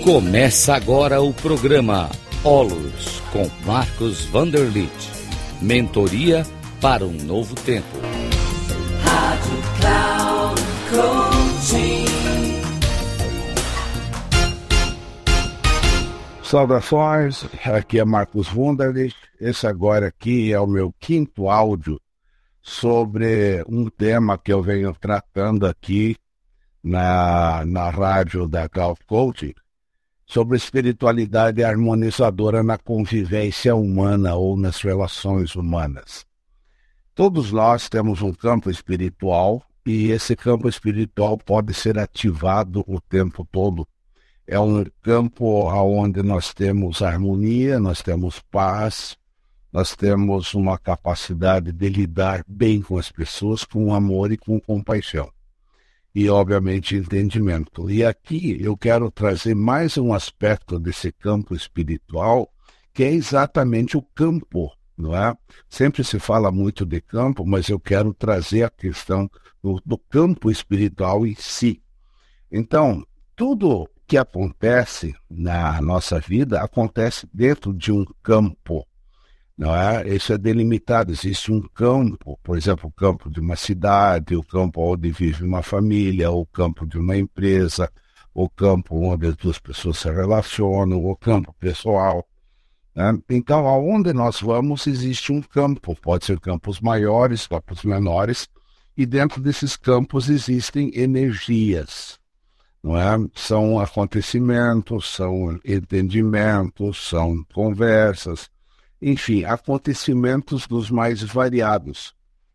Começa agora o programa Olos com Marcos Vanderlit. Mentoria para um novo tempo. Rádio Cloud Coaching. Saudações, aqui é Marcos Vanderlit. Esse agora aqui é o meu quinto áudio sobre um tema que eu venho tratando aqui na rádio da Cloud Coaching, sobre espiritualidade harmonizadora na convivência humana ou nas relações humanas. Todos nós temos um campo espiritual e esse campo espiritual pode ser ativado o tempo todo. É um campo onde nós temos harmonia, nós temos paz, nós temos uma capacidade de lidar bem com as pessoas, com amor e com compaixão. E, obviamente, entendimento. E aqui eu quero trazer mais um aspecto desse campo espiritual, que é exatamente o campo, não é? Sempre se fala muito de campo, mas eu quero trazer a questão do campo espiritual em si. Então, tudo que acontece na nossa vida acontece dentro de um campo, não é? Isso é delimitado, existe um campo, por exemplo, o campo de uma cidade, o campo onde vive uma família, o campo de uma empresa, o campo onde as duas pessoas se relacionam, o campo pessoal, né? Então, aonde nós vamos existe um campo, pode ser campos maiores, campos menores, e dentro desses campos existem energias. Não é? São acontecimentos, são entendimentos, são conversas, enfim, acontecimentos dos mais variados.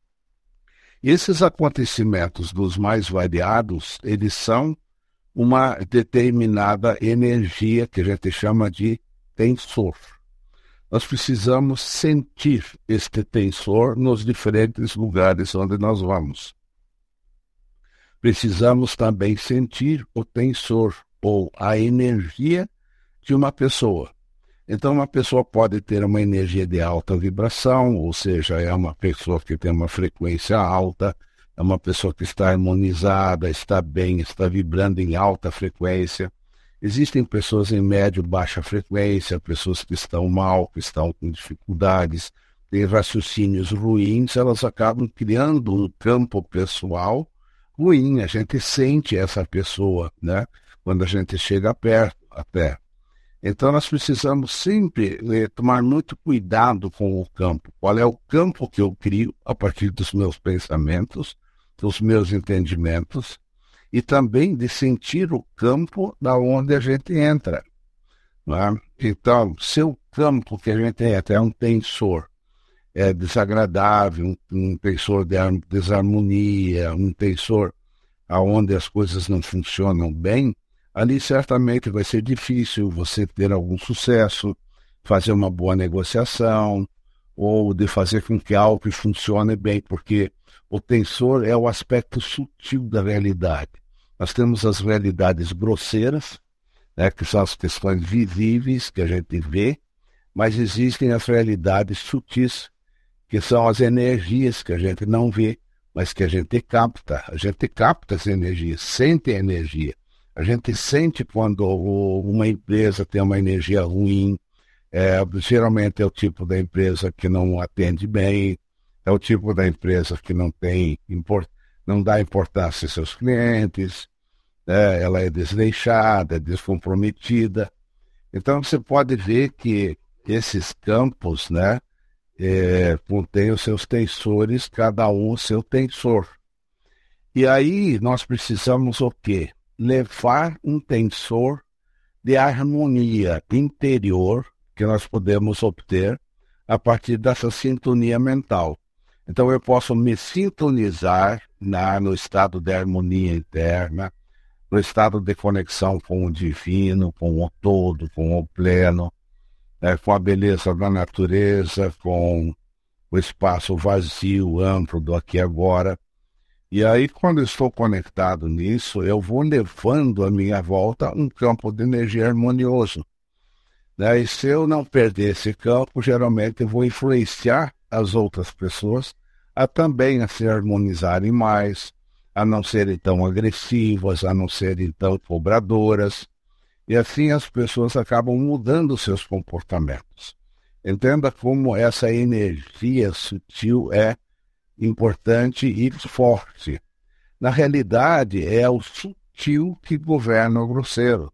E esses acontecimentos dos mais variados, eles são uma determinada energia que a gente chama de tensor. Nós precisamos sentir este tensor nos diferentes lugares onde nós vamos. Precisamos também sentir o tensor ou a energia de uma pessoa. Então, uma pessoa pode ter uma energia de alta vibração, ou seja, é uma pessoa que tem uma frequência alta, é uma pessoa que está harmonizada, está bem, está vibrando em alta frequência. Existem pessoas em médio, baixa frequência, pessoas que estão mal, que estão com dificuldades, têm raciocínios ruins, elas acabam criando um campo pessoal ruim, a gente sente essa pessoa, né? Quando a gente chega perto até. Então nós precisamos sempre tomar muito cuidado com o campo. Qual é o campo que eu crio a partir dos meus pensamentos, dos meus entendimentos, e também de sentir o campo da onde a gente entra, não é? Então, se o campo que a gente entra é um tensor, é desagradável, um tensor de desarmonia, um tensor onde as coisas não funcionam bem, ali certamente vai ser difícil você ter algum sucesso, fazer uma boa negociação, ou de fazer com que algo funcione bem, porque o tensor é o aspecto sutil da realidade. Nós temos as realidades grosseiras, né, que são as questões visíveis que a gente vê, mas existem as realidades sutis, que são as energias que a gente não vê, mas que a gente capta. A gente capta as energias, sente a energia. A gente sente quando uma empresa tem uma energia ruim, geralmente é o tipo da empresa que não atende bem, é o tipo da empresa que não dá importância aos seus clientes, ela é desleixada, é descomprometida. Então você pode ver que esses campos, né, contém os seus tensores, cada um o seu tensor. E aí nós precisamos o quê? Levar um tensor de harmonia interior que nós podemos obter a partir dessa sintonia mental. Então eu posso me sintonizar no estado de harmonia interna, no estado de conexão com o divino, com o todo, com o pleno, com a beleza da natureza, com o espaço vazio, amplo do aqui e agora. E aí, quando eu estou conectado nisso, eu vou levando à minha volta um campo de energia harmonioso. E se eu não perder esse campo, geralmente eu vou influenciar as outras pessoas a também se harmonizarem mais, a não serem tão agressivas, a não serem tão cobradoras. E assim as pessoas acabam mudando seus comportamentos. Entenda como essa energia sutil é importante e forte. Na realidade, é o sutil que governa o grosseiro.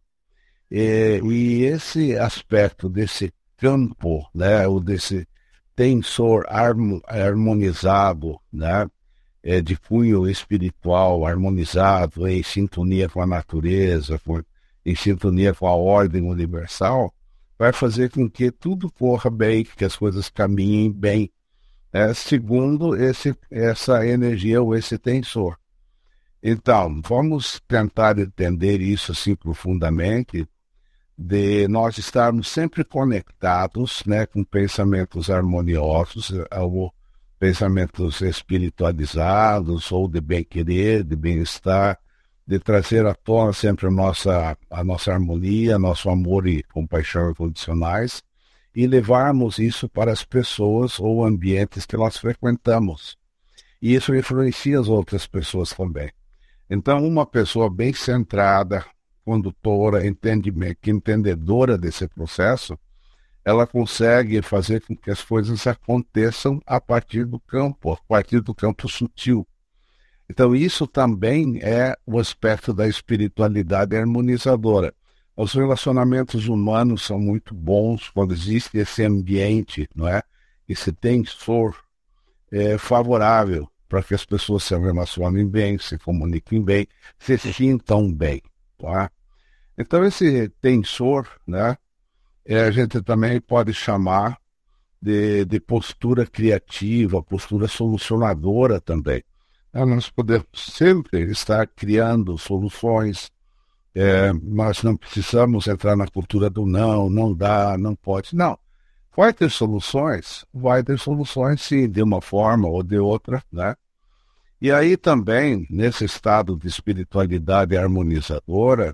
E esse aspecto desse campo, né, ou desse tensor harmonizado, né, de cunho espiritual, harmonizado, em sintonia com a natureza, em sintonia com a ordem universal, vai fazer com que tudo corra bem, que as coisas caminhem bem, segundo essa energia ou esse tensor. Então, vamos tentar entender isso assim profundamente, de nós estarmos sempre conectados, né, com pensamentos harmoniosos, ou pensamentos espiritualizados, ou de bem-querer, de bem-estar, de trazer à tona sempre a nossa harmonia, nosso amor e compaixão incondicionais, e levarmos isso para as pessoas ou ambientes que nós frequentamos. E isso influencia as outras pessoas também. Então, uma pessoa bem centrada, condutora, entendedora desse processo, ela consegue fazer com que as coisas aconteçam a partir do campo sutil. Então, isso também é o aspecto da espiritualidade harmonizadora. Os relacionamentos humanos são muito bons quando existe esse ambiente, não é? Esse tensor favorável para que as pessoas se relacionem bem, se comuniquem bem, se sintam bem, tá? Então, esse tensor, né, a gente também pode chamar de postura criativa, postura solucionadora também. Nós podemos sempre estar criando soluções, mas não precisamos entrar na cultura do não, não dá, não pode. Não, vai ter soluções sim, de uma forma ou de outra, né? E aí também, nesse estado de espiritualidade harmonizadora,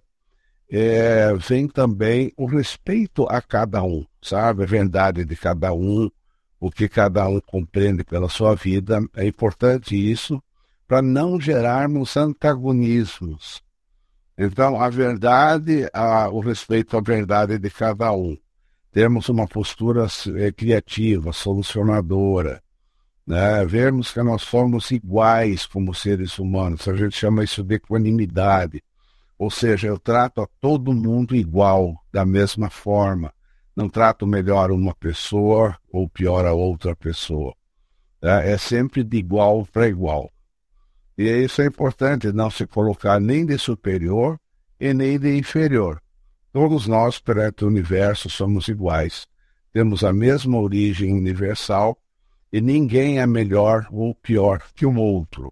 vem também o respeito a cada um, sabe? A verdade de cada um, o que cada um compreende pela sua vida. É importante isso para não gerarmos antagonismos. Então, a verdade, o respeito à verdade de cada um. Termos uma postura criativa, solucionadora, né? Vermos que nós somos iguais como seres humanos. A gente chama isso de equanimidade. Ou seja, eu trato a todo mundo igual, da mesma forma. Não trato melhor uma pessoa ou pior a outra pessoa. É sempre de igual para igual. E isso é importante, não se colocar nem de superior e nem de inferior. Todos nós, perante o universo, somos iguais. Temos a mesma origem universal e ninguém é melhor ou pior que o outro.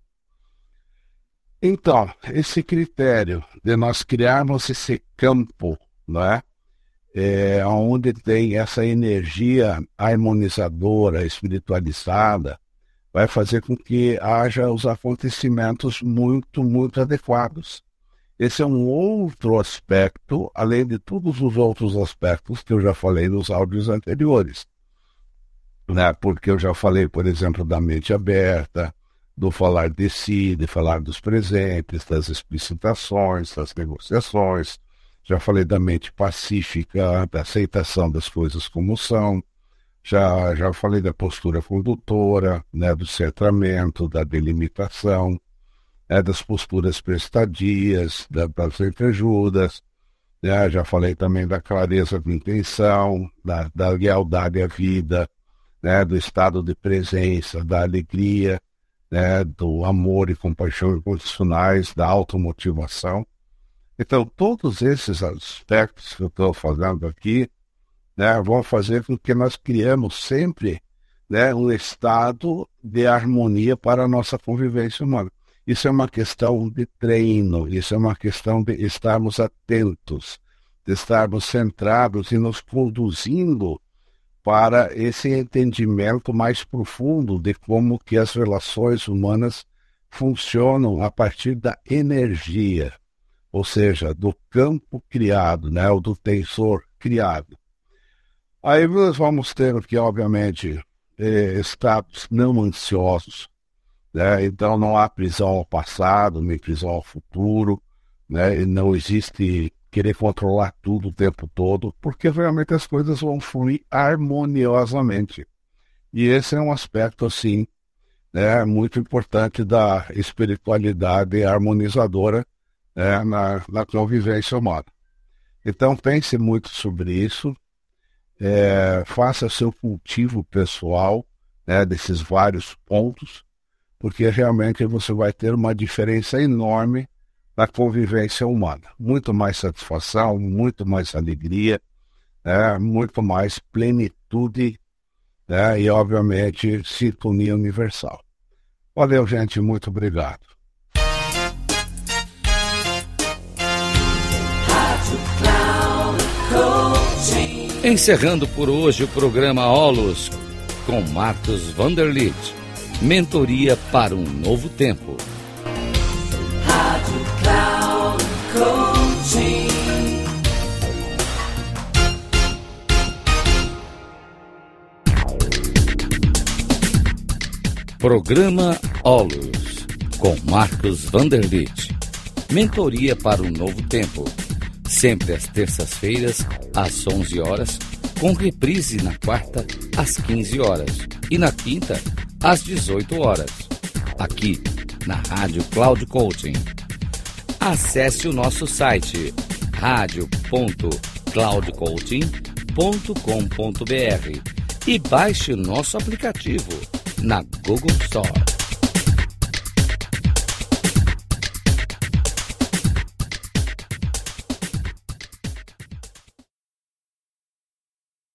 Então, esse critério de nós criarmos esse campo, não é? Onde tem essa energia harmonizadora, espiritualizada, vai fazer com que haja os acontecimentos muito, muito adequados. Esse é um outro aspecto, além de todos os outros aspectos que eu já falei nos áudios anteriores, né? Porque eu já falei, por exemplo, da mente aberta, do falar de si, de falar dos presentes, das explicitações, das negociações. Já falei da mente pacífica, da aceitação das coisas como são. Já falei da postura condutora, né, do centramento, da delimitação, das posturas prestadias, das entreajudas. Né? Já falei também da clareza de intenção, da lealdade à vida, né, do estado de presença, da alegria, né, do amor e compaixão incondicionais, da automotivação. Então, todos esses aspectos que eu estou falando aqui, né, vão fazer com que nós criemos sempre, né, um estado de harmonia para a nossa convivência humana. Isso é uma questão de treino, isso é uma questão de estarmos atentos, de estarmos centrados e nos conduzindo para esse entendimento mais profundo de como que as relações humanas funcionam a partir da energia, ou seja, do campo criado, né, ou do tensor criado. Aí nós vamos ter aqui, obviamente, estados não ansiosos, né? Então não há prisão ao passado, nem prisão ao futuro, né? E não existe querer controlar tudo o tempo todo, porque realmente as coisas vão fluir harmoniosamente. E esse é um aspecto, assim, né, muito importante da espiritualidade harmonizadora, né, na convivência humana. Então pense muito sobre isso, faça seu cultivo pessoal, né, desses vários pontos, porque realmente você vai ter uma diferença enorme na convivência humana. Muito mais satisfação, muito mais alegria, né, muito mais plenitude, né, e, obviamente, sintonia universal. Valeu, gente. Muito obrigado. Encerrando por hoje o programa Holos com Marcos Vanderlitt. Mentoria para um novo tempo. Rádio Cloud Coaching. Programa Holos com Marcos Vanderlitt. Mentoria para um novo tempo. Sempre às terças-feiras, às 11 horas, com reprise na quarta, às 15 horas e na quinta, às 18 horas. Aqui, na Rádio Cloud Coaching. Acesse o nosso site radio.cloudcoaching.com.br e baixe o nosso aplicativo na Google Store.